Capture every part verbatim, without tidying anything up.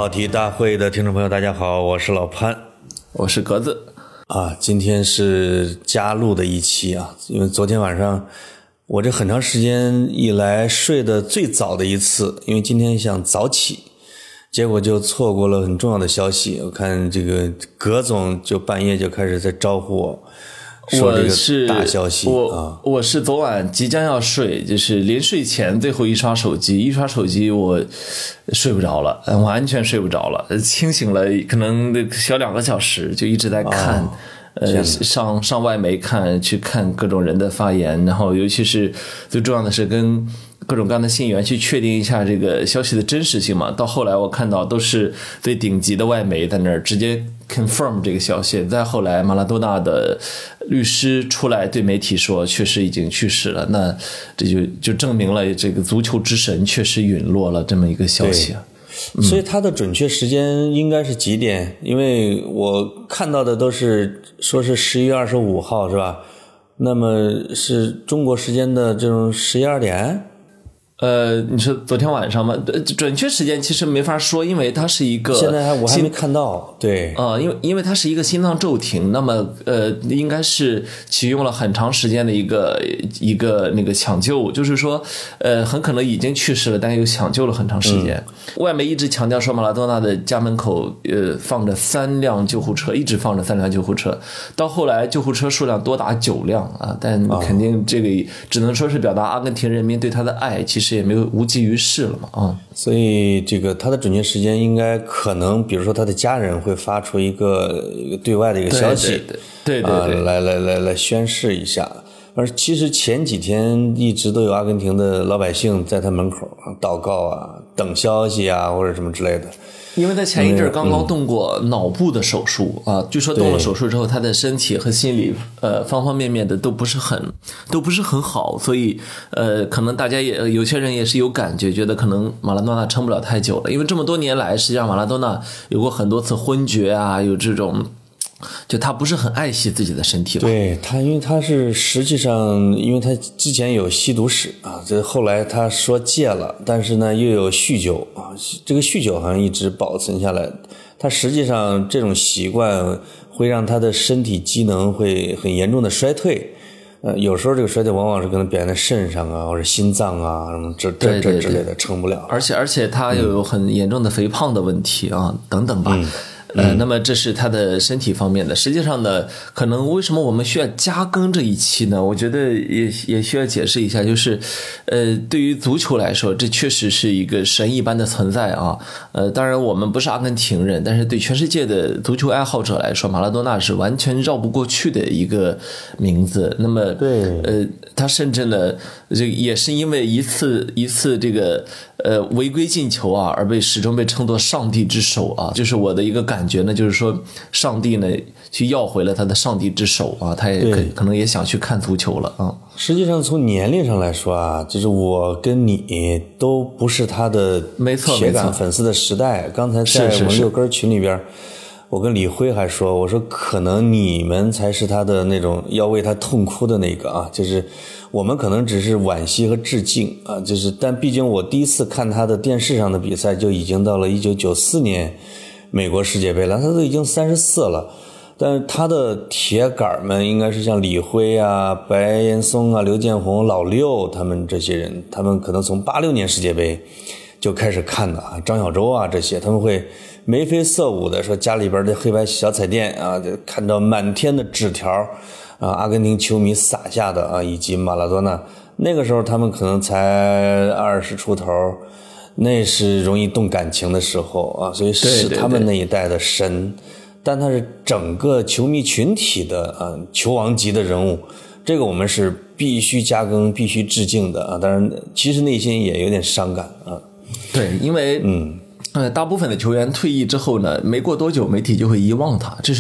跑题大会的听众朋友大家好，我是老潘， 我是格子啊。今天是加录的一期啊，因为昨天晚上我这很长时间以来睡得最早的一次，因为今天想早起，结果就错过了很重要的消息。我看这个葛总就半夜就开始在招呼我，说这个大消息我啊！ 我是昨晚即将要睡，就是临睡前最后一刷手机，一刷手机我睡不着了，完全睡不着了，清醒了可能小两个小时，就一直在看。哦呃，上上外媒看，去看各种人的发言，然后尤其是最重要的是跟各种各样的信源去确定一下这个消息的真实性嘛。到后来我看到都是最顶级的外媒在那儿直接 confirm 这个消息，再后来马拉多纳的律师出来对媒体说确实已经去世了，那这就就证明了这个足球之神确实陨落了这么一个消息啊。 所以它的准确时间应该是几点？因为我看到的都是说是十一月二十五号是吧？那么是中国时间的这种十一二点？ 呃，你说昨天晚上吗？准确时间其实没法说，因为它是一个现在还我还没看到，对， 呃，因为因为它是一个心脏骤停，那么呃，应该是启用了很长时间的一个一个那个抢救，就是说，呃，很可能已经去世了，但又抢救了很长时间。嗯、外媒一直强调说，马拉多纳的家门口呃放着三辆救护车，一直放着三辆救护车，到后来救护车数量多达九辆啊，但肯定这个只能说是表达阿根廷人民对他的爱，其实也没有无济于事了嘛啊， 所以这个他的准确时间应该可能，比如说他的家人会发出一个一个对外的一个消息， 对对 对, 对, 对, 对、 呃，来来来来宣示一下。而其实前几天一直都有阿根廷的老百姓在他门口祷告啊、等消息啊或者什么之类的。 因为他前一阵刚刚动过脑部的手术、嗯、啊，据说动了手术之后，他的身体和心理呃方方面面的都不是很都不是很好，所以呃可能大家也有些人也是有感觉，觉得可能马拉多纳撑不了太久了，因为这么多年来，实际上马拉多纳有过很多次昏厥啊，有这种。就他不是很爱惜自己的身体吧？ 对他，因为他是实际上，因为他之前有吸毒史啊，这后来他说戒了，但是呢又有酗酒啊，这个酗酒好像一直保存下来。他实际上这种习惯会让他的身体机能会很严重的衰退。呃，有时候这个衰退往往是可能表现在肾上啊，或者心脏啊什么这这这之类的，撑不了。 而且而且他又有很严重的肥胖的问题啊，嗯、等等吧。嗯呃，那么这是他的身体方面的。实际上呢，可能为什么我们需要加更这一期呢？我觉得也也需要解释一下，就是，呃，对于足球来说，这确实是一个神一般的存在啊。呃，当然我们不是阿根廷人，但是对全世界的足球爱好者来说，马拉多纳是完全绕不过去的一个名字。那么， 对， 呃，他甚至呢，这也是因为一次一次这个呃违规进球啊，而被始终被称作上帝之手啊，就是我的一个感。感觉呢，就是说，上帝呢去要回了他的上帝之手啊，他也可可能也想去看足球了啊。 实际上，从年龄上来说啊，就是我跟你都不是他的铁杆粉丝的时代。刚才在我们六根群里边，我跟李辉还说，我说可能你们才是他的那种要为他痛哭的那个啊，就是我们可能只是惋惜和致敬啊，就是但毕竟我第一次看他的电视上的比赛就已经到了一九九四年。美国世界杯了，他都已经三十四了，但是他的铁杆们应该是像李辉啊、白岩松啊、刘建宏、老六他们这些人，他们可能从八六年世界杯就开始看的啊，张小舟啊这些，他们会眉飞色舞的说家里边的黑白小彩电啊，就看到满天的纸条啊，阿根廷球迷撒下的啊，以及马拉多纳，那个时候他们可能才二十出头。那是容易动感情的时候啊，所以是他们那一代的神，对对对，但他是整个球迷群体的啊球王级的人物，这个我们是必须加更、必须致敬的啊。当然，其实内心也有点伤感啊。 对，因为嗯。呃，大部分的球员退役之后呢，没过多久，媒体就会遗忘他，这是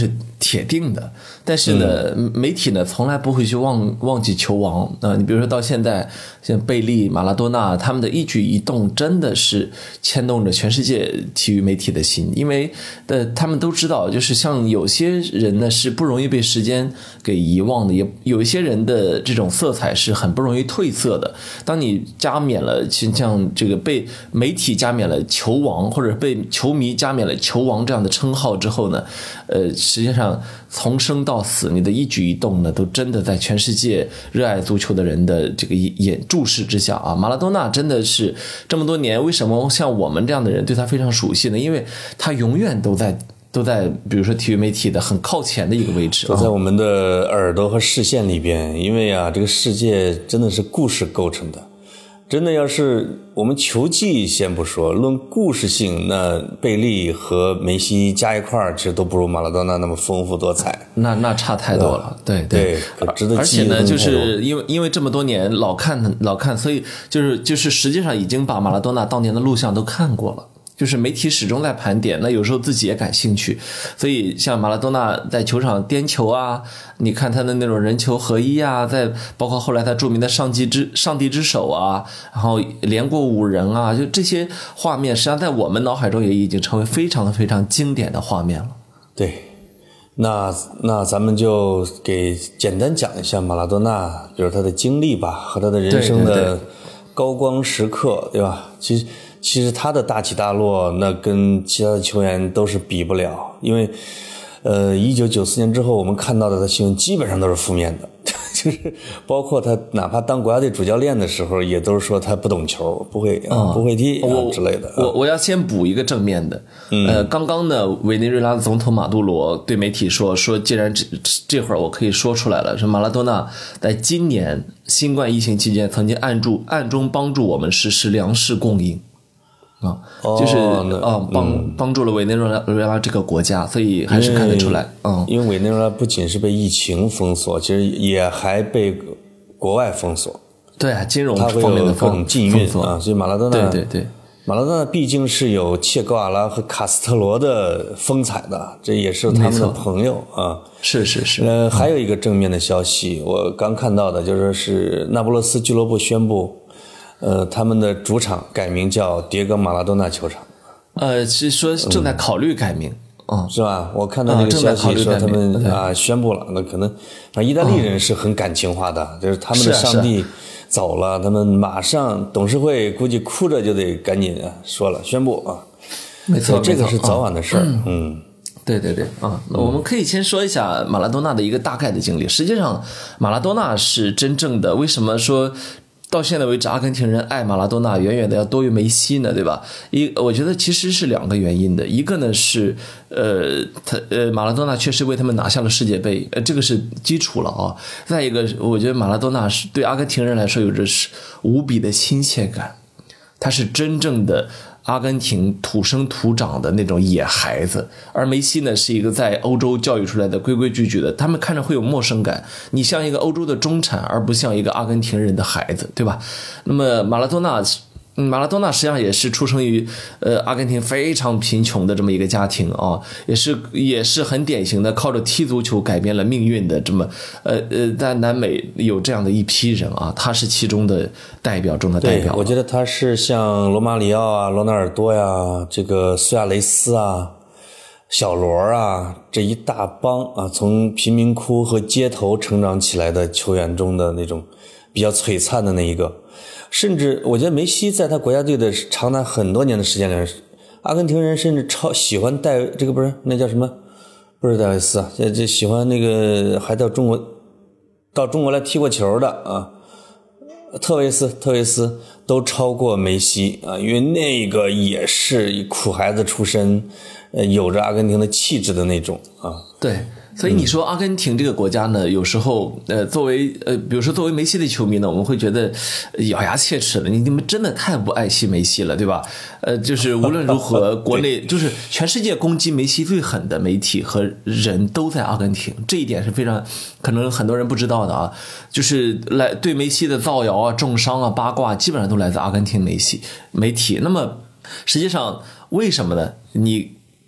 铁定的。但是呢，嗯、媒体呢从来不会去忘忘记球王啊、呃。你比如说到现在，像贝利、马拉多纳他们的一举一动，真的是牵动着全世界体育媒体的心，因为呃，他们都知道，就是像有些人呢是不容易被时间给遗忘的，也有一些人的这种色彩是很不容易褪色的。当你加冕了，像这个被媒体加冕了球王，或者被球迷加冕了球王这样的称号之后呢，呃，实际上从生到死，你的一举一动呢，都真的在全世界热爱足球的人的这个眼注视之下啊。马拉多纳真的是这么多年，为什么像我们这样的人对他非常熟悉呢？因为他永远都在都在，比如说体育媒体的很靠前的一个位置， 都在我们的耳朵和视线里边。因为啊，这个世界真的是故事构成的。真的要是我们球技先不说，论故事性，那贝利和梅西加一块儿，其实都不如马拉多纳那么丰富多彩。 那那差太多了，对对，值得记忆的。 而且呢，就是因为因为这么多年老看老看，所以就是就是实际上已经把马拉多纳当年的录像都看过了。就是媒体始终在盘点，那有时候自己也感兴趣，所以像马拉多纳在球场颠球啊，你看他的那种人球合一啊，在包括后来他著名的上帝之上帝之手啊，然后连过五人啊，就这些画面，实际上在我们脑海中也已经成为非常非常经典的画面了。 对，那那咱们就给简单讲一下马拉多纳，比如他的经历吧，和他的人生的高光时刻， 对, 对, 对, 对吧？其实。其实他的大起大落，那跟其他的球员都是比不了，因为，呃，一九九四年之后，我们看到的他新闻基本上都是负面的，就是包括他哪怕当国家队主教练的时候，也都是说他不懂球，不会、嗯、不会踢、啊、之类的。 我我要先补一个正面的，嗯、呃，刚刚呢，委内瑞拉总统马杜罗对媒体说说，既然这这会儿我可以说出来了，说马拉多纳在今年新冠疫情期间曾经暗助暗中帮助我们实施粮食供应。啊，就是啊、哦，帮、嗯、帮助了委内瑞拉瑞拉这个国家，所以还是看得出来，嗯， 因为委内瑞拉不仅是被疫情封锁，其实也还被国外封锁， 对啊，金融方面的各种禁运啊，所以马拉多纳， 对对对， 马拉多纳毕竟是有切格瓦拉和卡斯特罗的风采的，这也是他们的朋友啊， 是是是， 呃，还有一个正面的消息，我刚看到的就是是那不勒斯俱乐部宣布。呃，他们的主场改名叫迭戈马拉多纳球场。 呃，是说正在考虑改名，嗯， 是吧？我看到那个消息说他们、嗯、啊宣布了，那可能啊，意大利人是很感情化的，嗯、就是他们的上帝走了，他们马上董事会估计哭着就得赶紧说了宣布啊。 没错， 这个是早晚的事儿，嗯。嗯对对对啊、嗯，我们可以先说一下马拉多纳的一个大概的经历。实际上，马拉多纳是真正的，为什么说？到现在为止，阿根廷人爱马拉多纳远远的要多于梅西呢，对吧？一，我觉得其实是两个原因的，一个呢是，呃，他呃马拉多纳确实为他们拿下了世界杯，呃，这个是基础了啊。再一个，我觉得马拉多纳是对阿根廷人来说有着是无比的亲切感，他是真正的阿根廷土生土长的那种野孩子，而梅西呢是一个在欧洲教育出来的规规矩矩的，他们看着会有陌生感，你像一个欧洲的中产，而不像一个阿根廷人的孩子，对吧？那么马拉多纳嗯，马拉多纳实际上也是出生于呃阿根廷非常贫穷的这么一个家庭啊，也是也是很典型的靠着踢足球改变了命运的这么呃呃，在南美有这样的一批人啊，他是其中的代表中的代表。 我觉得他是像罗马里奥啊、罗纳尔多呀、这个苏亚雷斯啊、小罗啊这一大帮啊，从贫民窟和街头成长起来的球员中的那种比较璀璨的那一个。甚至我觉得梅西在他国家队的长达很多年的时间里，阿根廷人甚至超喜欢戴这个不是那叫什么，不是戴维斯啊，这这喜欢那个还到中国到中国来踢过球的啊，特维斯特维斯都超过梅西啊，因为那个也是以苦孩子出身，呃，有着阿根廷的气质的那种啊， 对。所以你说阿根廷这个国家呢，有时候呃，作为呃，比如说作为梅西的球迷呢，我们会觉得咬牙切齿了，你你们真的太不爱惜梅西了，对吧？呃，就是无论如何，国内就是全世界攻击梅西最狠的媒体和人都在阿根廷，这一点是非常可能很多人不知道的啊。就是来对梅西的造谣啊、重伤啊、八卦，基本上都来自阿根廷梅西媒体。那么实际上为什么呢？你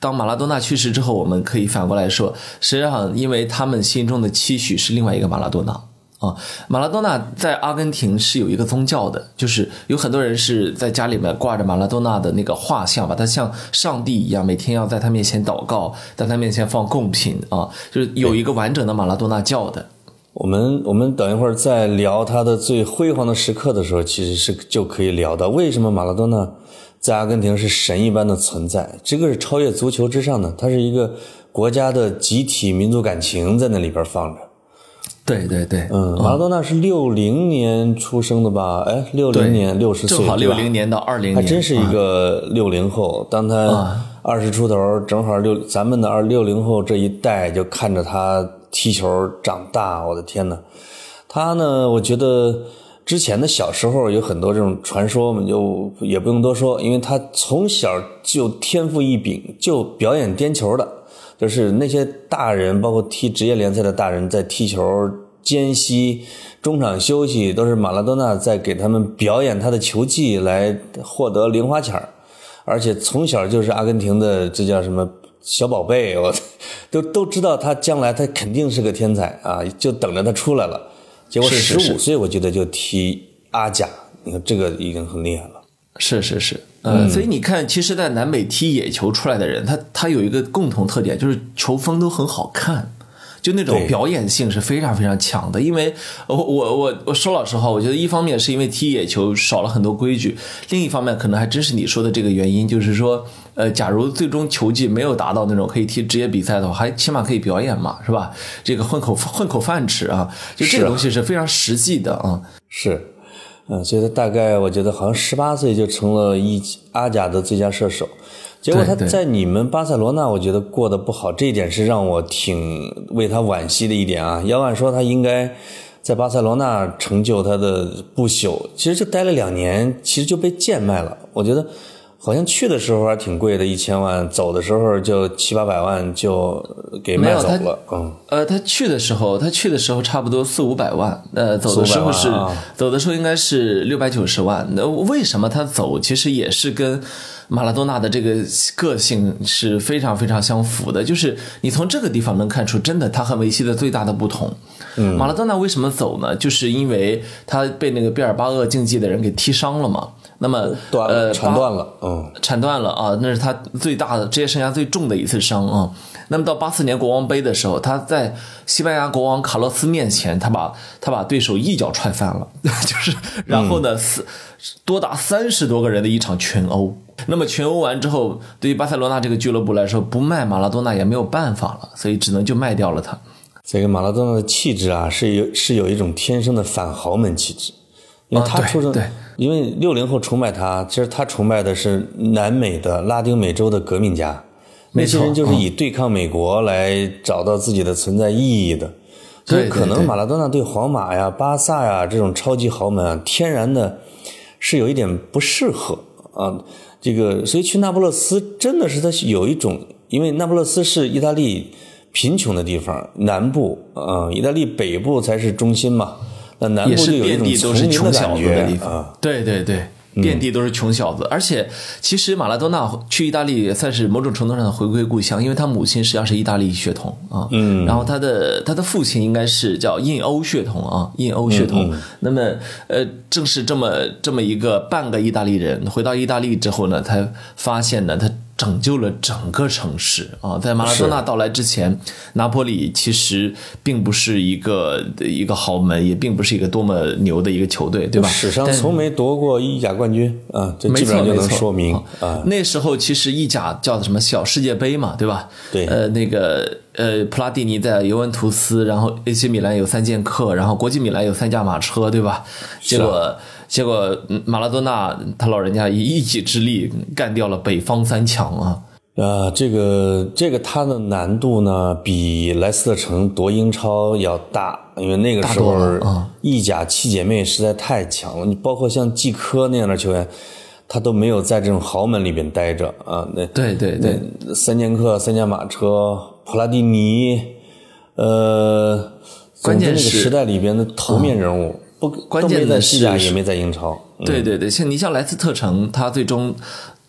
当马拉多纳去世之后，我们可以反过来说，实际上因为他们心中的期许是另外一个马拉多纳啊。马拉多纳在阿根廷是有一个宗教的，就是有很多人是在家里面挂着马拉多纳的那个画像，把他像上帝一样，每天要在他面前祷告，在他面前放贡品啊，就是有一个完整的马拉多纳教的。 我们我们等一会儿在聊他的最辉煌的时刻的时候，其实是就可以聊到为什么马拉多纳在阿根廷是神一般的存在。这个是超越足球之上的，它是一个国家的集体民族感情在那里边放着。 对对对， 嗯，马拉多纳是六零年出生的吧？哎，六零年六十岁， 正好六零年到二零年， 还真是一个六零后。当他二十出头，正好六咱们的二六零后这一代就看着他踢球长大，我的天哪！他呢，我觉得之前的小时候有很多这种传说，我们就也不用多说，因为他从小就天赋异禀，就表演颠球的，就是那些大人，包括踢职业联赛的大人，在踢球间隙、中场休息，都是马拉多纳在给他们表演他的球技来获得零花钱，而且从小就是阿根廷的这叫什么小宝贝，我都都知道他将来他肯定是个天才啊，就等着他出来了。结果十五岁我觉得就踢阿甲，你看这个已经很厉害了。 是是是，呃、嗯，所以你看，其实在南美踢野球出来的人，他他有一个共同特点，就是球风都很好看。就那种表演性是非常非常强的，因为我我我我说老实话，我觉得一方面是因为踢野球少了很多规矩，另一方面可能还真是你说的这个原因，就是说，呃，假如最终球技没有达到那种可以踢职业比赛的话，还起码可以表演嘛，是吧？这个混口混口饭吃啊，就这个东西是非常实际的啊。 是，嗯，所以他大概我觉得好像十八岁就成了一阿甲的最佳射手。结果他在你们巴塞罗那我觉得过得不好，这一点是让我挺为他惋惜的一点啊。要按说他应该在巴塞罗那成就他的不朽，其实就待了两年，其实就被贱卖了。我觉得好像去的时候还挺贵的，一千万，走的时候就七八百万就给卖走了。嗯， 呃，他去的时候，他去的时候差不多四五百万，呃，走的时候是、啊、走的时候应该是六百九十万。那为什么他走？其实也是跟马拉多纳的这个个性是非常非常相符的，就是你从这个地方能看出，真的他和梅西的最大的不同。嗯，马拉多纳为什么走呢？就是因为他被那个毕尔巴鄂竞技的人给踢伤了嘛。那么断了，铲断了， 嗯，铲断了啊，那是他最大的职业生涯最重的一次伤啊。那么到八四年国王杯的时候，他在西班牙国王卡洛斯面前，他把他把对手一脚踹翻了，就是然后呢，四、嗯、多达三十多个人的一场群殴。那么群殴完之后，对于巴塞罗那这个俱乐部来说，不卖马拉多纳也没有办法了，所以只能就卖掉了他。 这个马拉多纳的气质啊，是有是有一种天生的反豪门气质。因为他出生， 啊、对, 对， 因为六零后崇拜他，其实他崇拜的是南美的拉丁美洲的革命家，那些人就是以对抗美国来找到自己的存在意义的。所以可能马拉多纳对皇马呀、巴萨呀这种超级豪门啊，天然的是有一点不适合啊。这个所以去那不勒斯真的是他有一种，因为那不勒斯是意大利贫穷的地方，南部啊、呃，意大利北部才是中心嘛。那南部就有一种丛林的感觉的地方，啊、对对对，遍地都是穷小子。嗯、而且，其实马拉多纳去意大利算是某种程度上的回归故乡，因为他母亲实际上是意大利血统啊，嗯，然后他的他的父亲应该是叫印欧血统啊，印欧血统。嗯嗯、那么，呃，正是这么这么一个半个意大利人，回到意大利之后呢，才发现呢，他拯救了整个城市啊！在马拉多纳到来之前，拿坡里其实并不是一个一个豪门，也并不是一个多么牛的一个球队，对吧？ 史上从没夺过意甲冠军啊，这基本上就能说明啊。 那时候其实意甲叫什么小世界杯嘛，对吧？ 对， 呃，那个呃，普拉蒂尼在尤文图斯，然后 A C 米兰有三剑客，然后国际米兰有三驾马车，对吧？结果。结果马拉多纳他老人家以一己之力干掉了北方三强啊！ 啊，这个这个他的难度呢，比莱斯特城夺英超要大，因为那个时候意甲七姐妹实在太强了，你包括像季科那样的球员，他都没有在这种豪门里边待着啊。那对对对， 三剑客、三驾马车、普拉蒂尼，呃， 关键是那个时代里边的头面人物。嗯不， 关键的是西甲也没在英超。 嗯、对对对，像你像莱斯特城，他最终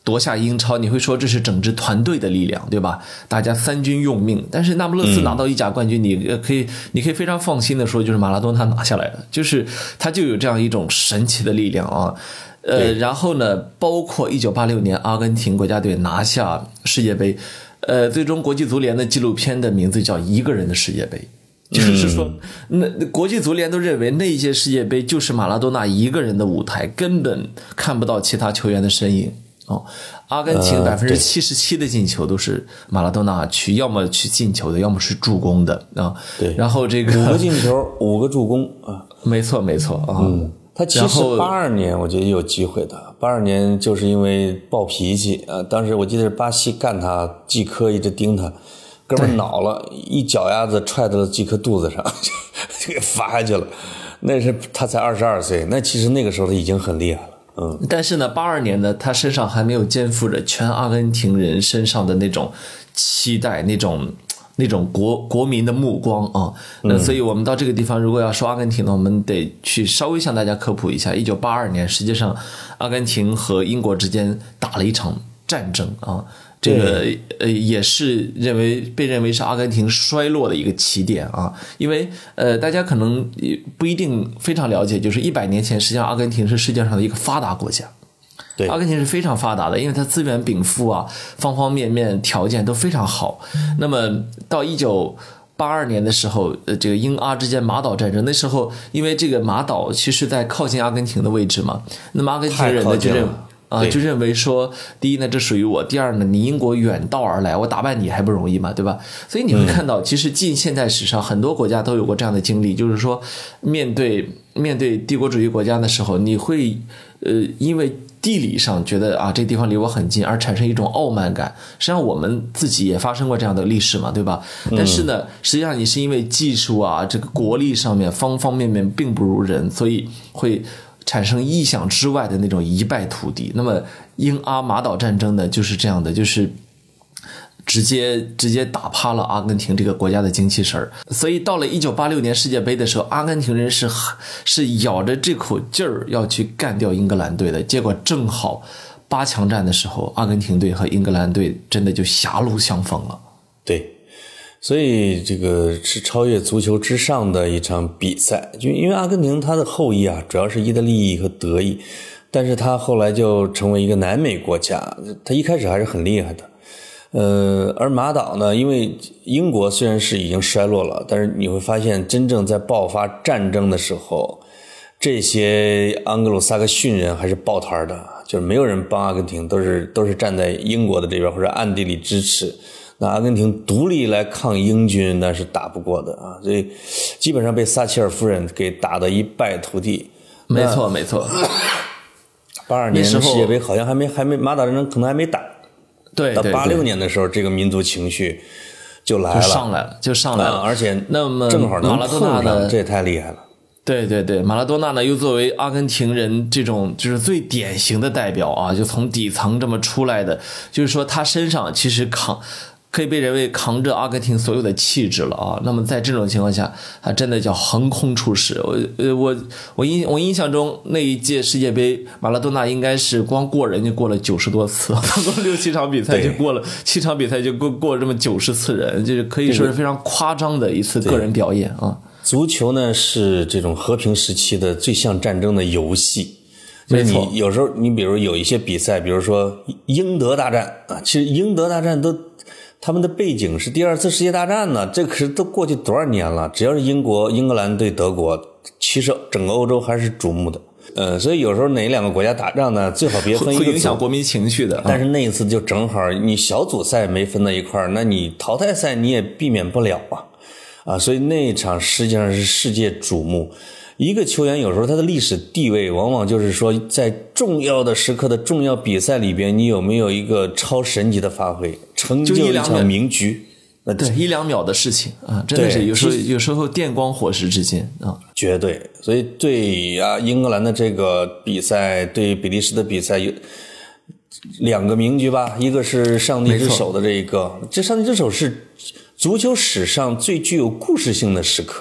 夺下英超，你会说这是整支团队的力量，对吧？大家三军用命。但是那不勒斯拿到意甲冠军，嗯、你可以你可以非常放心的说，就是马拉多纳拿下来的，就是他就有这样一种神奇的力量啊。呃，然后呢，包括一九八六年阿根廷国家队拿下世界杯，呃，最终国际足联的纪录片的名字叫《一个人的世界杯》。就是说，那国际足联都认为那一届世界杯就是马拉多纳一个人的舞台，根本看不到其他球员的身影。哦，阿根廷百分之七十七的进球都是马拉多纳去，要么去进球的，要么是助攻的啊。 对， 然后这个五个进球，五个助攻啊， 没错没错啊。 嗯，他其实八二年我觉得也有机会的，八二年就是因为暴脾气啊，当时我记得是巴西干他，季科一直盯他。哥们恼了，一脚丫子踹到了季科肚子上，就给罚下去了。那是他才二十二岁，那其实那个时候他已经很厉害了。嗯， 但是呢，八二年呢，他身上还没有肩负着全阿根廷人身上的那种期待，那种那种国国民的目光啊。那所以我们到这个地方，如果要说阿根廷呢，我们得去稍微向大家科普一下，一九八二年，实际上阿根廷和英国之间打了一场战争啊。这个呃也是认为被认为是阿根廷衰落的一个起点啊，因为呃大家可能不一定非常了解，就是一百年前实际上阿根廷是世界上的一个发达国家， 对， 阿根廷是非常发达的，因为它资源禀赋啊，方方面面条件都非常好。那么到一九八二年的时候，呃这个英阿之间马岛战争，那时候因为这个马岛其实在靠近阿根廷的位置嘛，那么阿根廷人呢就认为。啊，就认为说，第一呢，这属于我；第二呢，你英国远道而来，我打败你还不容易嘛，对吧？所以你会看到，其实近现代史上很多国家都有过这样的经历，就是说，面对面对帝国主义国家的时候，你会呃，因为地理上觉得啊，这地方离我很近，而产生一种傲慢感。实际上，我们自己也发生过这样的历史嘛，对吧？但是呢，实际上你是因为技术啊，这个国力上面方方面面并不如人，所以会产生意想之外的那种一败涂地。那么英阿马岛战争呢，就是这样的，就是直接直接打趴了阿根廷这个国家的精气神儿。所以到了一九八六年世界杯的时候，阿根廷人是是咬着这口劲儿要去干掉英格兰队的，结果正好八强战的时候，阿根廷队和英格兰队真的就狭路相逢了。 对。所以这个是超越足球之上的一场比赛，就因为阿根廷它的后裔啊，主要是意大利裔和德裔，但是它后来就成为一个南美国家，它一开始还是很厉害的。呃，而马岛呢，因为英国虽然是已经衰落了，但是你会发现真正在爆发战争的时候，这些盎格鲁撒克逊人还是抱团的，就是没有人帮阿根廷，都是都是站在英国的这边或者暗地里支持。那阿根廷独立来抗英军那是打不过的啊，所以基本上被撒切尔夫人给打得一败涂地。 没错没错。 八二年世界杯好像还没还没马岛战争可能还没打。 对， 到八六年的时候，这个民族情绪就来了， 就上来了，就上来了， 嗯、而且那么正好能马拉多纳呢， 这也太厉害了。 对对对，马拉多纳呢，又作为阿根廷人这种就是最典型的代表啊，就从底层这么出来的，就是说他身上其实扛。可以被认为扛着阿根廷所有的气质了啊！那么在这种情况下，他真的叫横空出世。我呃我我印我印象中那一届世界杯，马拉多纳应该是光过人就过了九十多次，他过六七场比赛就过了七场比赛就过过了这么九十次人，就是可以说是非常夸张的一次个人表演啊！ 足球呢是这种和平时期的最像战争的游戏。就是你有时候你比如有一些比赛，比如说英德大战啊，其实英德大战都。他们的背景是第二次世界大战呢，这可是都过去多少年了？只要是英国、英格兰对德国，其实整个欧洲还是瞩目的。呃，所以有时候哪两个国家打仗呢，最好别分一个组， 会影响国民情绪的。 但是那一次就正好，你小组赛没分到一块儿，那你淘汰赛你也避免不了啊，啊，所以那一场实际上是世界瞩目。一个球员有时候他的历史地位往往就是说在重要的时刻的重要比赛里边，你有没有一个超神级的发挥，成就一场名局。 对，一两秒的事情啊，真的是有时候有时候电光火石之间啊， 绝对。所以对啊，英格兰的这个比赛，对比利时的比赛有两个名局吧，一个是上帝之手的这一个，这上帝之手是足球史上最具有故事性的时刻。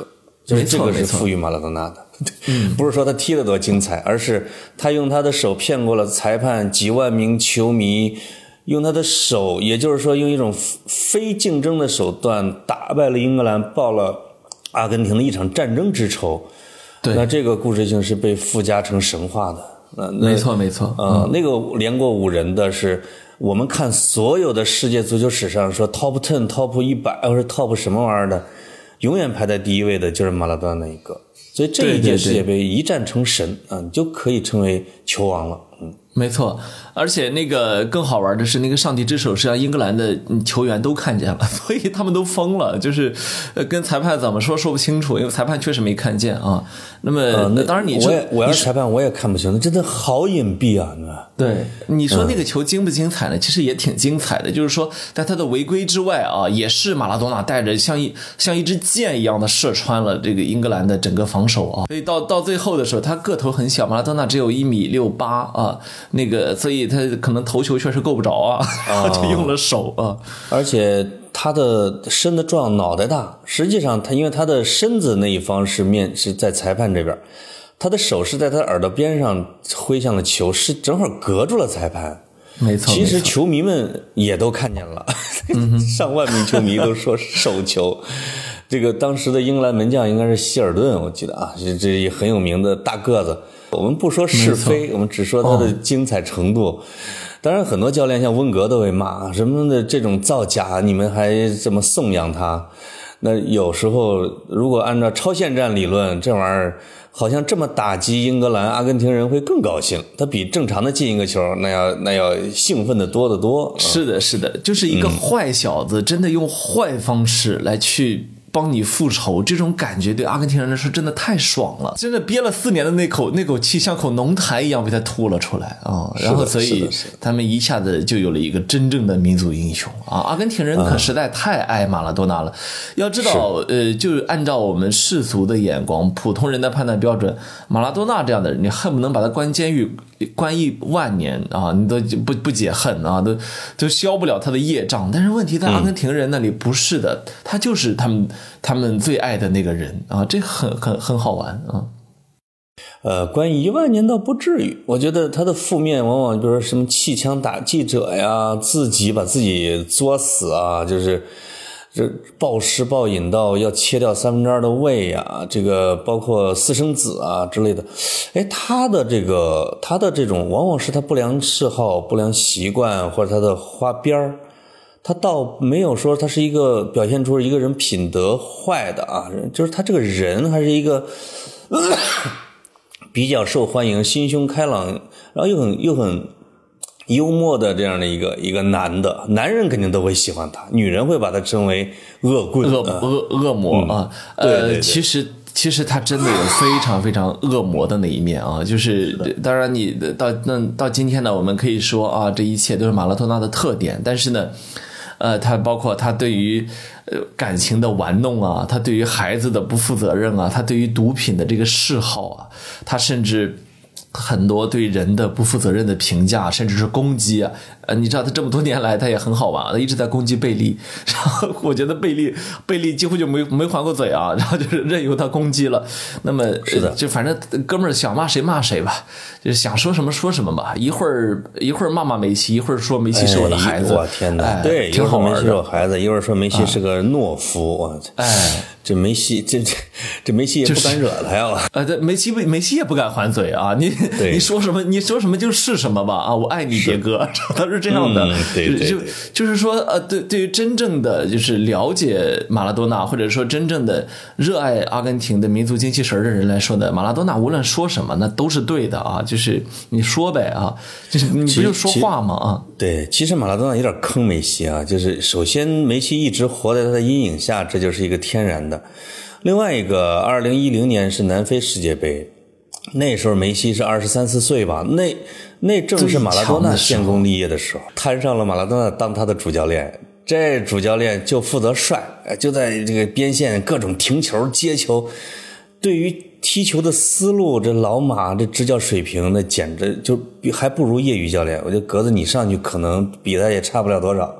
就是这个是赋予马拉多纳的。嗯，不是说他踢得多精彩，而是他用他的手骗过了裁判、几万名球迷，用他的手，也就是说用一种非竞争的手段打败了英格兰，报了阿根廷的一场战争之仇。 对， 那这个故事性是被附加成神话的。那没错没错， 呃、嗯，那个连过五人的是我们看所有的世界足球史上说 top 十 top 一百或者 top 什么玩意儿的，永远排在第一位的就是马拉多纳那一个。所以这一届世界杯一战成神啊，你就可以称为球王了。嗯， 没错，而且那个更好玩的是，那个上帝之手是让英格兰的球员都看见了，所以他们都疯了，就是跟裁判怎么说说不清楚，因为裁判确实没看见啊。那么，呃、那当然你说， 我也我要是裁判我也看不清，那真的好隐蔽啊！ 对，你说那个球精不精彩呢？嗯、其实也挺精彩的，就是说，在他的违规之外啊，也是马拉多纳带着像一像一支箭一样的射穿了这个英格兰的整个防守啊。所以到到最后的时候，他个头很小，马拉多纳只有一米六八啊，那个所以他可能头球确实够不着啊，啊就用了手啊， 而且他的身子壮，脑袋大，实际上他因为他的身子那一方是面是在裁判这边。他的手是在他耳朵边上挥向了球，是正好隔住了裁判。 没错， 其实球迷们也都看见了，嗯、上万名球迷都说手球。这个当时的英格兰门将应该是希尔顿，我记得啊，这这也很有名的大个子。我们不说是非，我们只说他的精彩程度。哦、当然，很多教练像温格都会骂什么的，这种造假，你们还这么颂扬他。那有时候如果按照超限战理论，这玩意儿好像这么打击英格兰，阿根廷人会更高兴，他比正常的进一个球那要那要兴奋的多得多。 是的是的，就是一个坏小子、嗯、真的用坏方式来去帮你复仇，这种感觉对阿根廷人来说真的太爽了，真的憋了四年的那口那口气像口浓痰一样被他吐了出来啊！然后所以他们一下子就有了一个真正的民族英雄啊！阿根廷人可实在太爱马拉多纳了，嗯、要知道呃，就按照我们世俗的眼光、普通人的判断标准，马拉多纳这样的人，你恨不能把他关监狱关一万年啊，你都不不解恨啊，都都消不了他的业障。但是问题在阿根廷人那里不是的，嗯、他就是他们。他们最爱的那个人啊，这很很很好玩啊。 呃，关于一万年倒不至于，我觉得他的负面往往比如说什么气枪打记者呀，自己把自己作死啊，就是这暴食暴饮到要切掉三分之二的胃啊，这个包括私生子啊之类的。哎，他的这个他的这种往往是他不良嗜好、不良习惯或者他的花边儿。他倒没有说他是一个表现出一个人品德坏的啊，就是他这个人还是一个、呃、比较受欢迎、心胸开朗，然后又很又很幽默的这样的一个一个男的，男人肯定都会喜欢他，女人会把他称为恶棍、 恶恶恶魔啊。 嗯、对对对呃，其实。其实他真的有非常非常恶魔的那一面啊，就是当然你到那到今天呢，我们可以说啊，这一切都是马拉多纳的特点，但是呢，呃，他包括他对于呃感情的玩弄啊，他对于孩子的不负责任啊，他对于毒品的这个嗜好啊，他甚至很多对人的不负责任的评价，甚至是攻击啊。呃，你知道他这么多年来他也很好玩，他一直在攻击贝利，然后我觉得贝利贝利几乎就没没还过嘴啊，然后就是任由他攻击了。那么是的， 就反正哥们儿想骂谁骂谁吧，就是想说什么说什么吧。一会儿一会儿骂骂梅西，一会儿说梅西是我的孩子， 哎、我天哪， 哎、 对， 挺好玩的。 一会儿梅西是我孩子，一会儿说梅西是个懦夫，我、 哎。哎这梅西，这这这梅西也不敢惹他呀！ 呃，这梅西梅西也不敢还嘴啊！你你说什么你说什么就是什么吧啊！我爱你，爹哥，他是这样的。 嗯、对对对就就是说呃，对对于真正的就是了解马拉多纳，或者说真正的热爱阿根廷的民族精气神的人来说呢，马拉多纳无论说什么那都是对的啊！就是你说呗啊，就是你不就说话吗啊？ 对，其实马拉多纳有点坑梅西啊，就是首先梅西一直活在他的阴影下，这就是一个天然的。另外一个二零一零年是南非世界杯，那时候梅西是二十三四岁吧，那那正是马拉多纳建功立业的时候，摊上了马拉多纳当他的主教练，这主教练就负责帅，就在这个边线各种停球接球，对于踢球的思路，这老马这执教水平那简直就还不如业余教练，我觉得格子你上去可能比他也差不了多少。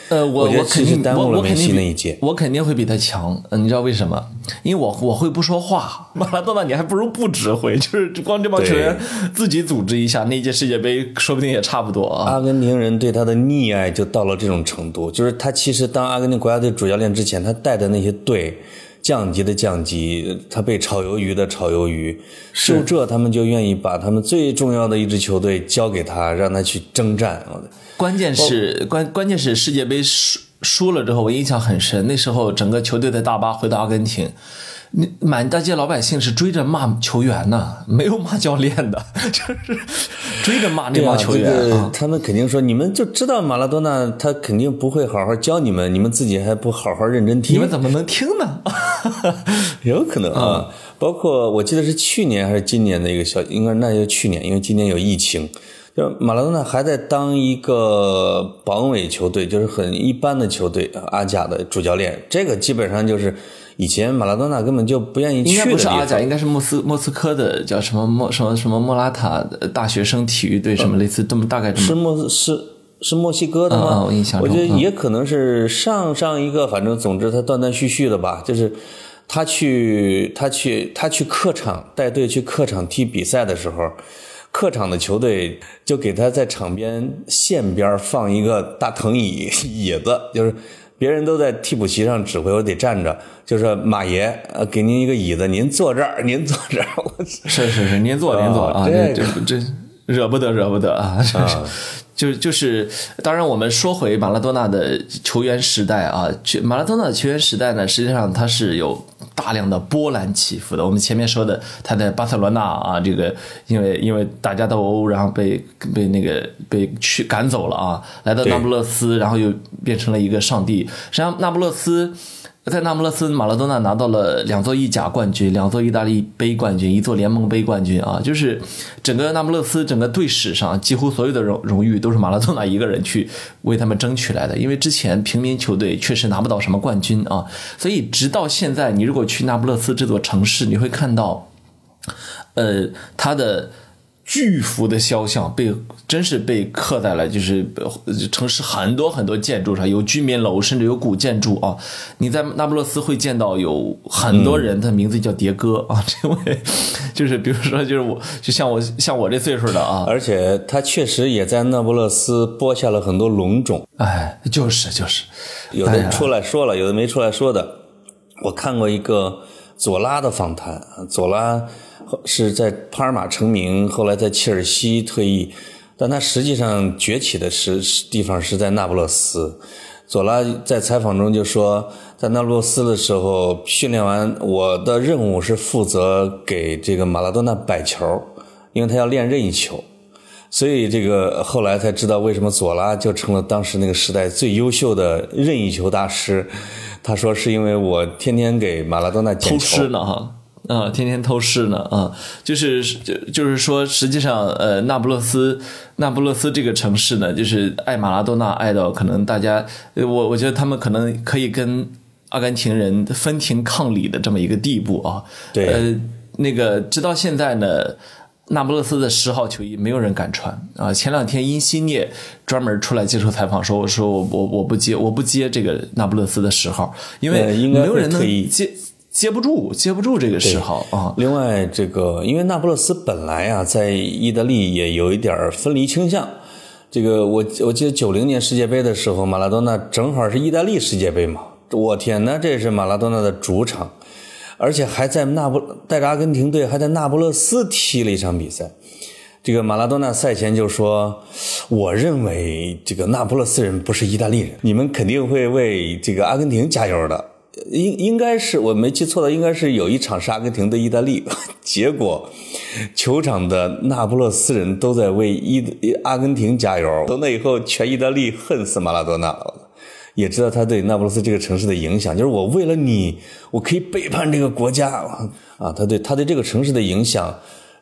呃，我我觉得肯定耽误了梅西那一届， 我肯定会比他强。嗯，你知道为什么？因为我我会不说话，马拉多纳你还不如不指挥，就是光这帮球员自己组织一下，那届世界杯说不定也差不多啊。 阿根廷人对他的溺爱就到了这种程度，就是他其实当阿根廷国家队主教练之前，他带的那些队降级的降级，他被炒鱿鱼的炒鱿鱼，就这他们就愿意把他们最重要的一支球队交给他，让他去征战。 关键是关关键是世界杯输输了之后，我印象很深。那时候整个球队的大巴回到阿根廷，满大街老百姓是追着骂球员呢，没有骂教练的，就是追着骂那帮球员。 啊这个、他们肯定说，你们就知道马拉多纳他肯定不会好好教你们，你们自己还不好好认真听， 你们怎么能听呢？ 有可能啊、嗯，包括我记得是去年还是今年的一个消息，应该那就去年，因为今年有疫情。就马拉多纳还在当一个榜尾球队，就是很一般的球队阿甲的主教练，这个基本上就是以前马拉多纳根本就不愿意去的地方。 应该不是阿甲，应该是莫斯莫斯科的叫什么莫什么什么莫拉塔大学生体育队，什么类似这么大概这么是莫是是墨西哥的吗？ 嗯、我印象中我觉得也可能是上上一个，反正总之他断断续续的吧，就是他去他去他去客场带队去客场踢比赛的时候。客场的球队就给他在场边线边放一个大藤椅椅子，就是别人都在替补席上指挥，我得站着，就是马爷呃给您一个椅子，您坐这儿，您坐这儿。 是是是，您坐您坐啊，这这这惹不得惹不得啊！啊就就是当然我们说回马拉多纳的球员时代啊，马拉多纳的球员时代呢，实际上他是有大量的波澜起伏的。我们前面说的他在巴塞罗那啊，这个因为因为打架斗殴，然后被被那个被去赶走了啊，来到那不勒斯，然后又变成了一个上帝。实际上那不勒斯在那不勒斯，马拉多纳拿到了两座意甲冠军，两座意大利杯冠军，一座联盟杯冠军啊！就是整个那不勒斯整个队史上，几乎所有的荣荣誉都是马拉多纳一个人去为他们争取来的。因为之前平民球队确实拿不到什么冠军啊，所以直到现在，你如果去那不勒斯这座城市，你会看到，呃，他的巨幅的肖像被真是被刻在了就是城市很多很多建筑上，有居民楼，甚至有古建筑啊。你在那不勒斯会见到有很多人的名字叫迭戈啊，这位就是比如说就是我就像我像我这岁数的啊， 而且他确实也在那不勒斯播下了很多龙种。 哎，就是就是有的出来说了，有的没出来说的。我看过一个佐拉的访谈，佐拉是在帕尔马成名，后来在切尔西退役，但他实际上崛起的是地方是在那不勒斯。佐拉在采访中就说，在那不勒斯的时候训练完，我的任务是负责给这个马拉多纳摆球，因为他要练任意球，所以这个后来才知道为什么佐拉就成了当时那个时代最优秀的任意球大师。他说是因为我天天给马拉多纳捡球， 偷师呢哈。啊，天天偷师呢啊，就是就就是说，实际上，呃，那不勒斯，那不勒斯这个城市呢，就是爱马拉多纳爱到可能大家，我我觉得他们可能可以跟阿根廷人分庭抗礼的这么一个地步啊。 对， 呃，那个直到现在呢，那不勒斯的十号球衣没有人敢穿啊。前两天因西涅专门出来接受采访说，我说我我我不接我不接这个那不勒斯的十号，因为没有人能接。接不住，接不住这个嗜好啊！ 另外，这个因为那不勒斯本来啊，在意大利也有一点分离倾向。这个我我记得九零年世界杯的时候，马拉多纳正好是意大利世界杯嘛，我天哪，这是马拉多纳的主场，而且还在那不带着阿根廷队还在那不勒斯踢了一场比赛。这个马拉多纳赛前就说，我认为这个那不勒斯人不是意大利人，你们肯定会为这个阿根廷加油的。应应该是我没记错的，应该是有一场是阿根廷对意大利，结果球场的那不勒斯人都在为意阿根廷加油。从那以后，全意大利恨死马拉多纳了，也知道他对那不勒斯这个城市的影响，就是我为了你，我可以背叛这个国家啊！他对他对这个城市的影响，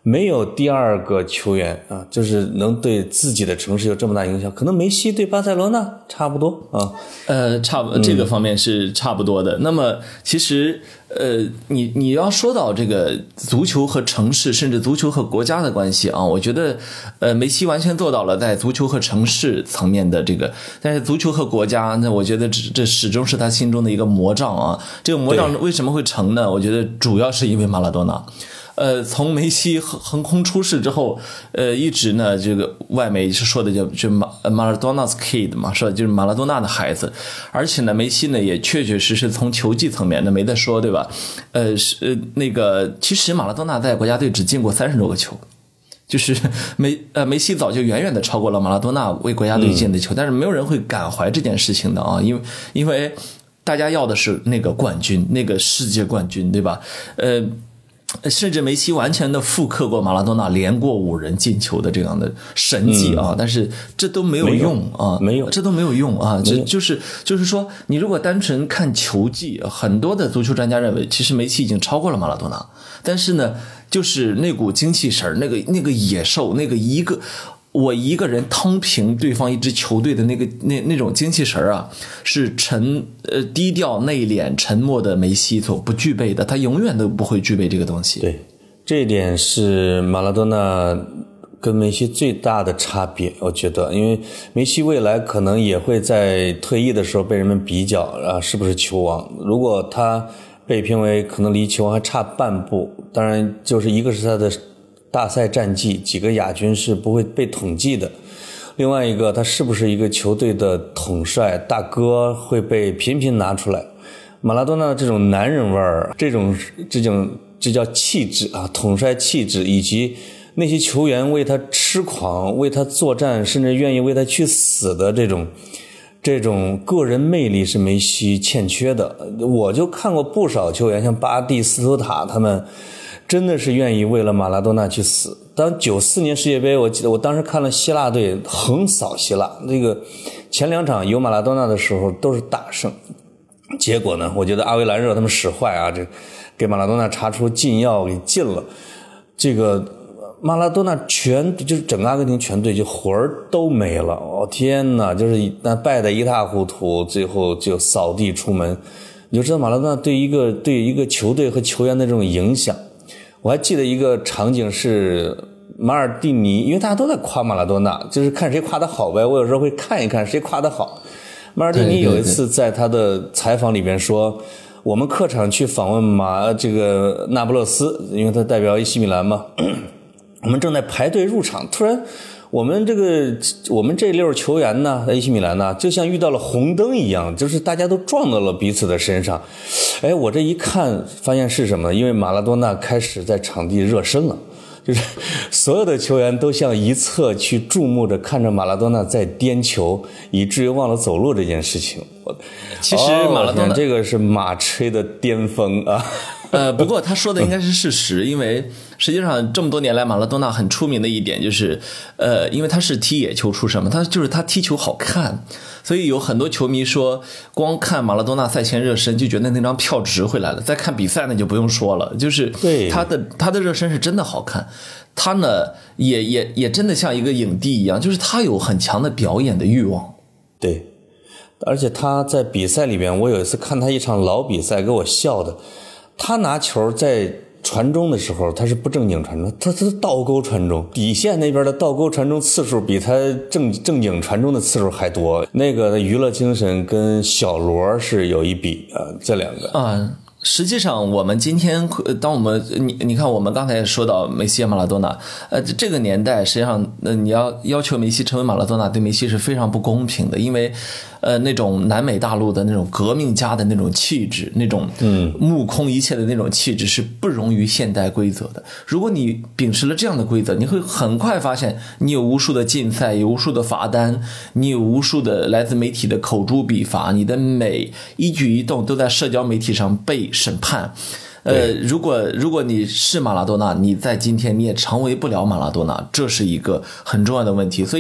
没有第二个球员啊，就是能对自己的城市有这么大影响。可能梅西对巴塞罗那差不多啊， 呃，差不这个方面是差不多的。嗯、那么其实呃，你你要说到这个足球和城市，甚至足球和国家的关系啊，我觉得呃，梅西完全做到了在足球和城市层面的这个，但是足球和国家，那我觉得这这始终是他心中的一个魔障啊。这个魔障为什么会成呢？我觉得主要是因为马拉多纳。呃，从梅西横空出世之后，呃，一直呢，这个外媒是说的叫就马马拉多纳 's kid 嘛，说就是马拉多纳的孩子，而且呢，梅西呢也确确实实从球技层面那没得说，对吧？呃，是那个其实马拉多纳在国家队只进过三十多个球，就是梅呃梅西早就远远的超过了马拉多纳为国家队进的球，嗯、但是没有人会感怀这件事情的啊，因为因为大家要的是那个冠军，那个世界冠军，对吧？呃。甚至梅西完全的复刻过马拉多纳连过五人进球的这样的神迹啊，嗯、但是这都没有用啊， 没有， 这都没有用啊，这就是就是说，你如果单纯看球技，很多的足球专家认为，其实梅西已经超过了马拉多纳，但是呢，就是那股精气神，那个那个野兽，那个一个。我一个人趟平对方一支球队的那个那那种精气神啊，是沉呃低调内敛沉默的梅西所不具备的，他永远都不会具备这个东西。 对，这一点是马拉多纳跟梅西最大的差别，我觉得，因为梅西未来可能也会在退役的时候被人们比较啊，是不是球王？如果他被评为可能离球王还差半步，当然就是一个是他的大赛战绩，几个亚军是不会被统计的。另外一个，他是不是一个球队的统帅大哥会被频频拿出来。马拉多纳的这种男人味儿，这种这种这叫气质啊，统帅气质，以及那些球员为他痴狂、为他作战，甚至愿意为他去死的这种这种个人魅力是梅西欠缺的。我就看过不少球员，像巴蒂斯图塔他们。真的是愿意为了马拉多纳去死。当九四年世界杯，我记得我当时看了希腊队横扫希腊，那个前两场有马拉多纳的时候都是大胜。结果呢，我觉得阿维兰热他们使坏啊，这给马拉多纳查出禁药给禁了。这个马拉多纳全就是整个阿根廷全队就魂儿都没了。哦天哪，就是那败得一塌糊涂，最后就扫地出门。你就知道马拉多纳对一个对一个球队和球员的这种影响。我还记得一个场景是马尔蒂尼，因为大家都在夸马拉多纳，就是看谁夸得好呗。我有时候会看一看谁夸得好。马尔蒂尼有一次在他的采访里边说，我们客场去访问马这个那不勒斯，因为他代表 A C 米兰嘛，我们正在排队入场，突然我们这个我们这溜球员呢 A C 米兰呢就像遇到了红灯一样，就是大家都撞到了彼此的身上。哎，我这一看发现是什么呢？因为马拉多纳开始在场地热身了，就是所有的球员都向一侧去注目着看着马拉多纳在颠球，以至于忘了走路这件事情。 其实马拉多纳、 哦、这个是马吹的巅峰啊。 呃，不过他说的应该是事实，因为实际上这么多年来，马拉多纳很出名的一点就是，呃，因为他是踢野球出身嘛，他就是他踢球好看，所以有很多球迷说，光看马拉多纳赛前热身就觉得那张票值回来了，再看比赛那就不用说了，就是他的他的热身是真的好看，他呢也也也真的像一个影帝一样，就是他有很强的表演的欲望。 对，而且他在比赛里边，我有一次看他一场老比赛，给我笑的。他拿球在传中的时候，他是不正经传中，他他倒钩传中，底线那边的倒钩传中次数比他正正经传中的次数还多。那个娱乐精神跟小罗是有一比啊，这两个啊。实际上，我们今天当我们你你看，我们刚才也说到梅西、马拉多纳，呃，这个年代实际上，呃，你要要求梅西成为马拉多纳，对梅西是非常不公平的，因为，呃，那种南美大陆的那种革命家的那种气质，那种嗯目空一切的那种气质是不容于现代规则的。如果你秉持了这样的规则，你会很快发现，你有无数的禁赛，有无数的罚单，你有无数的来自媒体的口诛笔伐，你的每一举一动都在社交媒体上被审判。呃，如果如果你是马拉多纳，你在今天你也成为不了马拉多纳，这是一个很重要的问题。所以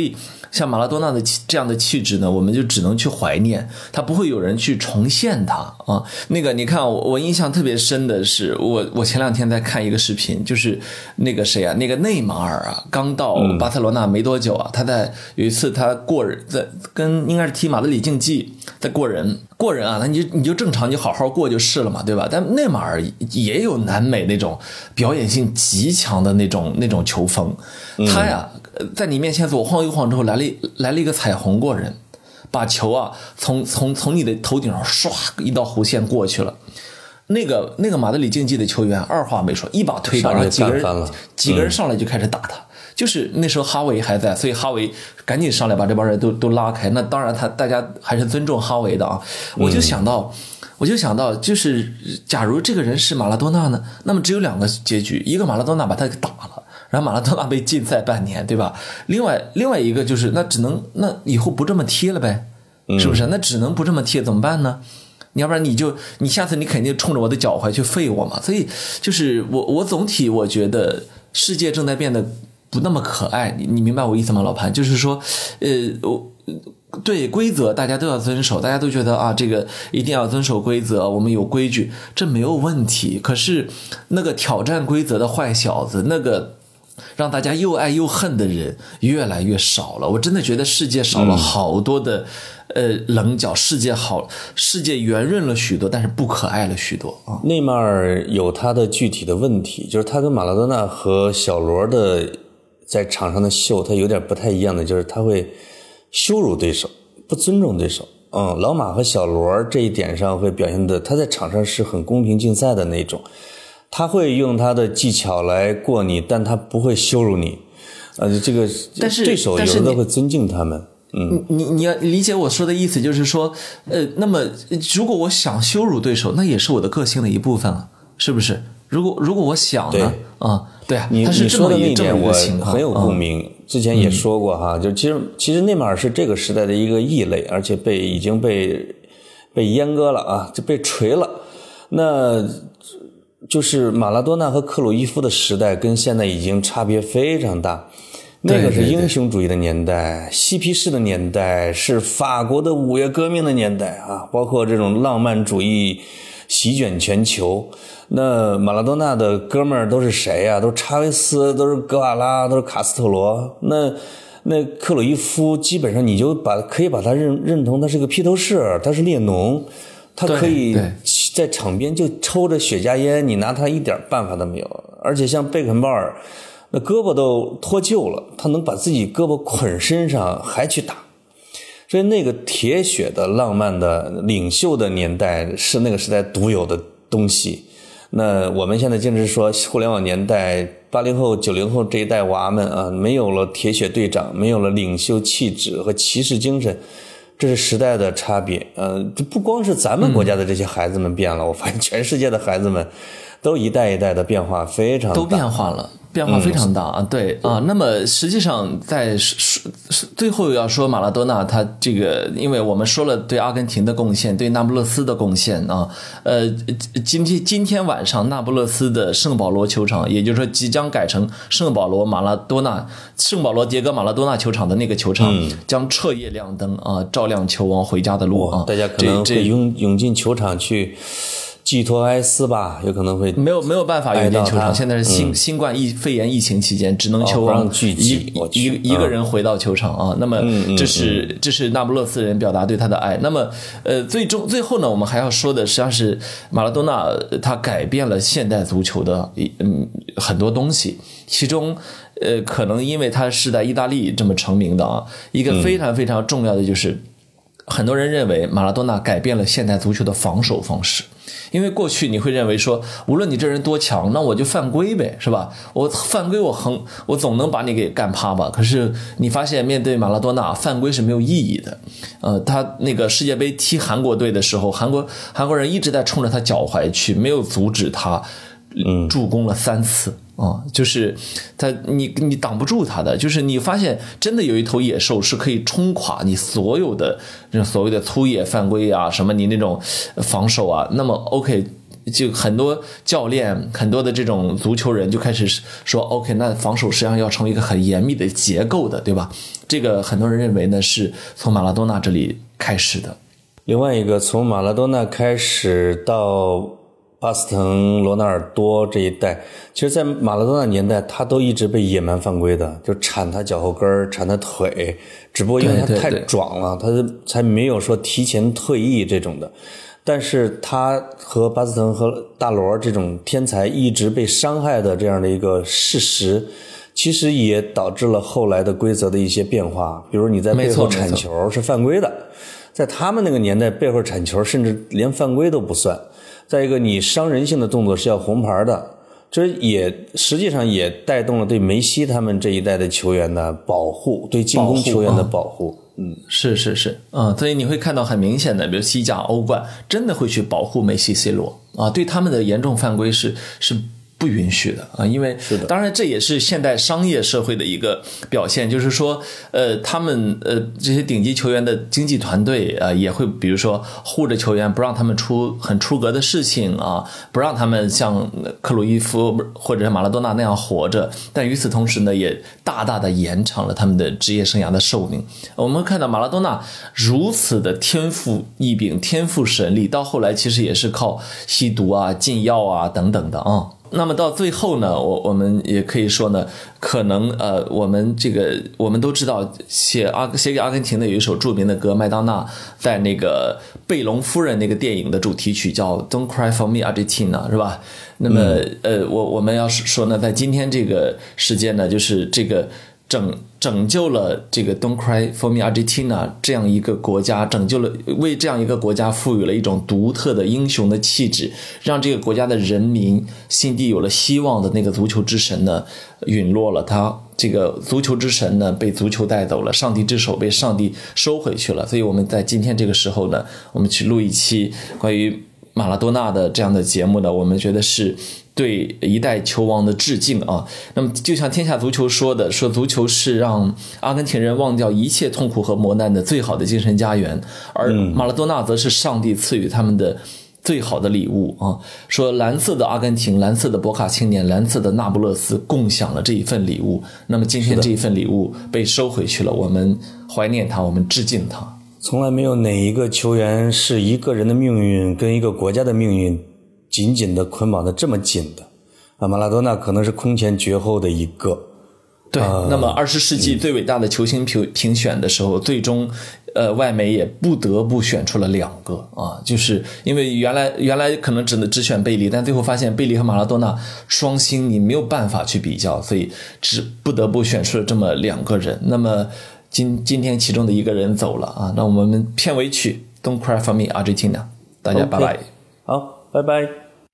像马拉多纳的这样的气质呢，我们就只能去怀念，他不会有人去重现他啊。那个你看我，我印象特别深的是，我我前两天在看一个视频，就是那个谁啊，那个内马尔啊，刚到巴塞罗那没多久啊，他在有一次他过人，在跟应该是踢马德里竞技，在过人过人啊，那你就你就正常你好好过就是了嘛，对吧？但内马尔也有南美那种表演性极强的那种那种球风，他呀在你面前左晃右晃之后来了来了一个彩虹过人，把球啊从从从你的头顶上唰一道弧线过去了。那个那个马德里竞技的球员二话没说，一把推倒，然后几个人几个人上来就开始打他。嗯，就是那时候哈维还在，所以哈维赶紧上来把这帮人都都拉开。那当然他大家还是尊重哈维的啊。我就想到，嗯、我就想到，就是假如这个人是马拉多纳呢，那么只有两个结局：一个马拉多纳把他给打了，然后马拉多纳被禁赛半年，对吧？另外另外一个就是那只能那以后不这么踢了呗，是不是？那只能不这么踢，怎么办呢？你要不然你就你下次你肯定冲着我的脚踝去废我嘛。所以就是我我总体我觉得世界正在变得不那么可爱，你你明白我意思吗，老潘？就是说，呃，我对规则大家都要遵守，大家都觉得啊，这个一定要遵守规则，我们有规矩，这没有问题。可是那个挑战规则的坏小子，那个让大家又爱又恨的人越来越少了。我真的觉得世界少了好多的。嗯呃，棱角，世界好，世界圆润了许多，但是不可爱了许多啊。 内马尔有他的具体的问题，就是他跟马拉多纳和小罗的在场上的秀，他有点不太一样的，就是他会羞辱对手，不尊重对手。嗯，老马和小罗这一点上会表现的，他在场上是很公平竞赛的那种，他会用他的技巧来过你，但他不会羞辱你。呃，这个但是对手有的都会尊敬他们。 嗯，你你要理解我说的意思，就是说，呃，那么如果我想羞辱对手，那也是我的个性的一部分啊，是不是？如果如果我想呢，啊，对啊， 你他是你说的那一点我很有共鸣。 鸣，之前也说过哈，就其实其实内马尔是这个时代的一个异类，而且被已经被被阉割了啊，就被锤了。那就是马拉多纳和克鲁伊夫的时代跟现在已经差别非常大。那个是英雄主义的年代，嬉皮士的年代，是法国的五月革命的年代啊，包括这种浪漫主义席卷全球。那马拉多纳的哥们儿都是谁啊？都是查韦斯，都是格瓦拉，都是卡斯特罗。那那克鲁伊夫基本上你就把可以把他认认同他是个披头士，他是列侬，他可以在场边就抽着雪茄烟，你拿他一点办法都没有。而且像贝肯鲍尔那胳膊都脱臼了，他能把自己胳膊捆身上还去打，所以那个铁血的浪漫的领袖的年代是那个时代独有的东西。那我们现在经常说互联网年代，八零后九零后这一代娃们啊，没有了铁血队长，没有了领袖气质和骑士精神，这是时代的差别。呃，这不光是咱们国家的这些孩子们变了，嗯、我发现全世界的孩子们都一代一代的变化非常大， 都变化了。变化非常大啊，嗯、对啊。那么实际上在最后要说马拉多纳，他这个，因为我们说了对阿根廷的贡献，对那不勒斯的贡献啊。呃，今天今天晚上那不勒斯的圣保罗球场，也就是说即将改成圣保罗马拉多纳圣保罗迭戈马拉多纳球场的那个球场，嗯、将彻夜亮灯啊，照亮球王回家的路啊。 大家可能会涌涌进球场去寄托哀思吧，有可能会没有没有办法涌进球场。现在是新、嗯、新冠疫肺炎疫情期间，只能球王一、 哦、一一个人回到球场啊。那么这是、嗯嗯、这是那不勒斯人表达对他的爱。那么呃，最终最后呢，我们还要说的实际上是马拉多纳他改变了现代足球的嗯很多东西，其中呃可能因为他是在意大利这么成名的啊，一个非常非常重要的就是。嗯很多人认为马拉多纳改变了现代足球的防守方式，因为过去你会认为说，无论你这人多强，那我就犯规呗，是吧？我犯规我横，我总能把你给干趴吧。可是你发现面对马拉多纳，犯规是没有意义的。呃，他那个世界杯踢韩国队的时候，韩国韩国人一直在冲着他脚踝去，没有阻止他，助攻了三次。啊、嗯，就是他，你你挡不住他的，就是你发现真的有一头野兽是可以冲垮你所有的这所谓的粗野犯规啊，什么你那种防守啊。那么 OK， 就很多教练很多的这种足球人就开始说 OK 那防守实际上要成为一个很严密的结构的，对吧？这个很多人认为呢是从马拉多纳这里开始的。 另外一个从马拉多纳开始到巴斯滕罗纳尔多这一代，其实在马拉多纳年代他都一直被野蛮犯规的，就铲他脚后跟铲他腿，只不过因为他太壮了，他才没有说提前退役这种的。但是他和巴斯滕和大罗这种天才一直被伤害的这样的一个事实，其实也导致了后来的规则的一些变化。比如你在背后铲球是犯规的，在他们那个年代背后铲球甚至连犯规都不算。再一个你伤人性的动作是要红牌的，这也实际上也带动了对梅西他们这一代的球员的保护，对进攻球员的保护。 嗯，是是是，嗯，所以你会看到很明显的，比如西甲、欧冠，真的会去保护梅西、C 罗啊，对他们的严重犯规是是不允许的啊，因为当然这也是现代商业社会的一个表现，就是说，呃，他们呃这些顶级球员的经纪团队啊、呃，也会比如说护着球员，不让他们出很出格的事情啊，不让他们像克鲁伊夫或者是马拉多纳那样活着，但与此同时呢，也大大的延长了他们的职业生涯的寿命。我们看到马拉多纳如此的天赋异禀、天赋神力，到后来其实也是靠吸毒啊、禁药啊等等的啊。那么到最后呢，我我们也可以说呢，可能呃，我们这个我们都知道，写阿写给阿根廷的有一首著名的歌，麦当娜在那个贝隆夫人那个电影的主题曲叫 Don't Cry for Me Argentina， 是吧？那么、嗯、呃，我我们要说呢，在今天这个时间呢，就是这个拯拯救了这个 Don't Cry for Me Argentina 这样一个国家，拯救了为这样一个国家赋予了一种独特的英雄的气质，让这个国家的人民心底有了希望的那个足球之神呢陨落了，他这个足球之神呢被足球带走了，上帝之手被上帝收回去了。所以我们在今天这个时候呢，我们去录一期关于马拉多纳的这样的节目呢，我们觉得是对一代球王的致敬啊。那么就像天下足球说的，说足球是让阿根廷人忘掉一切痛苦和磨难的最好的精神家园，而马拉多纳则是上帝赐予他们的最好的礼物啊。说蓝色的阿根廷、蓝色的博卡青年、蓝色的那不勒斯共享了这一份礼物，那么今天这一份礼物被收回去了，我们怀念他，我们致敬他。 从来没有哪一个球员是一个人的命运跟一个国家的命运紧紧的捆绑的这么紧的啊！马拉多纳可能是空前绝后的一个。 对，呃、那么二十世纪最伟大的球星评评选的时候，嗯、最终，呃，外媒也不得不选出了两个啊，就是因为原来原来可能只能只选贝利，但最后发现贝利和马拉多纳双星你没有办法去比较，所以只不得不选出了这么两个人。那么今今天其中的一个人走了啊，那我们片尾曲 Don't Cry for Me Argentina， 大家拜拜。 Okay. 好，拜拜。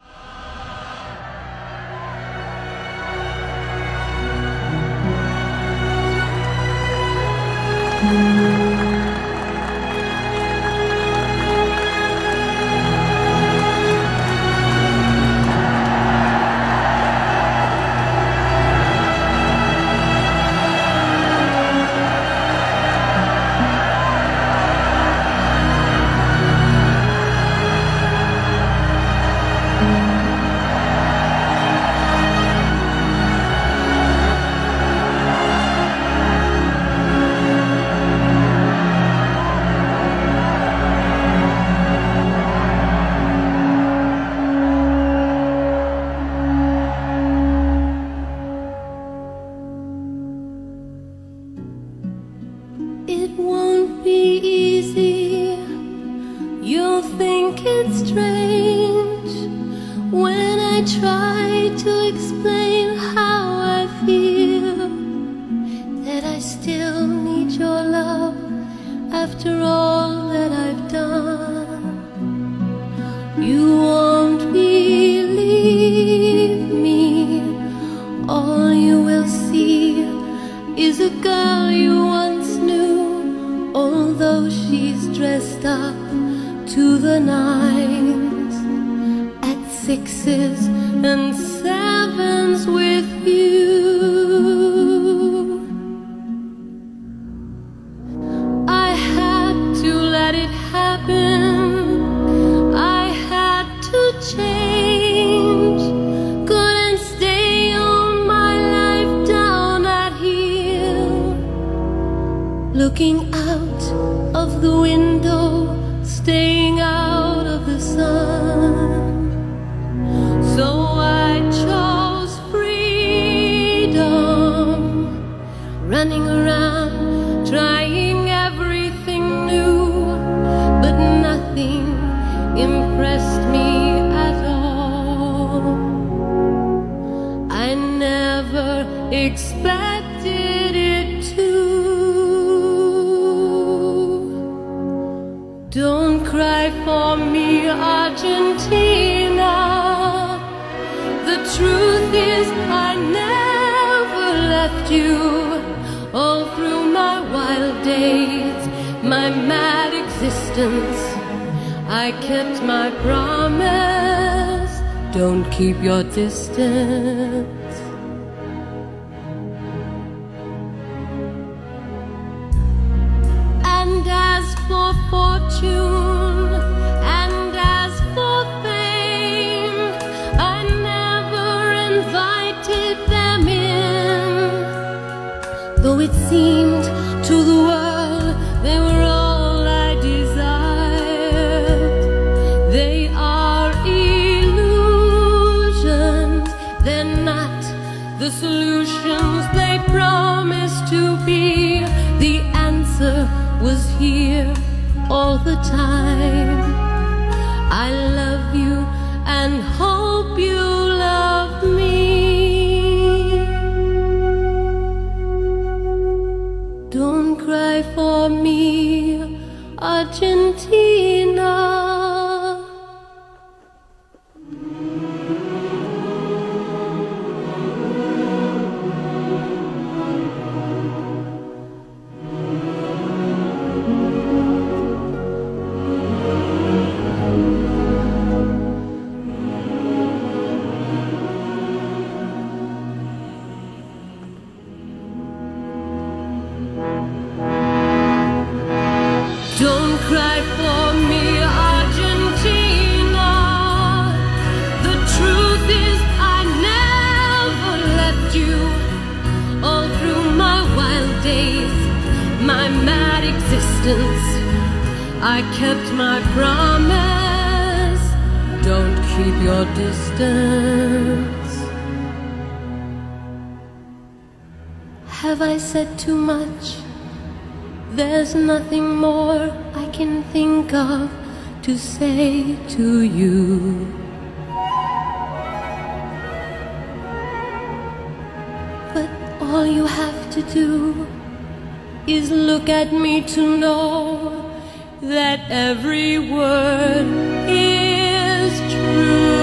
Sixes and sevens with you. I had to let it happen. I had to change. looking out of the window, staying out of the sun. So I chose freedom, running around, trying everything new, but nothing impressed me at all. I never expected it to. Don't cry for me, Argentina. The truth is I never left you. All through my wild days, my mad existence, I kept my promise. Don't keep your distance. And as for fortune, and as for fame, I never invited them in. Though it seemed to the world they were all I desired. They are illusions, they're not the solutions they promised to be. The answer was here all the time. I love you and hope you love me. Don't cry for me, Argentina. Don't cry for me, Argentina. The truth is I never left you. All through my wild days, my mad existence, I kept my promise. Don't keep your distance. Have I said too much? There's nothing more I can think of to say to you. But all you have to do is look at me to know that every word is true.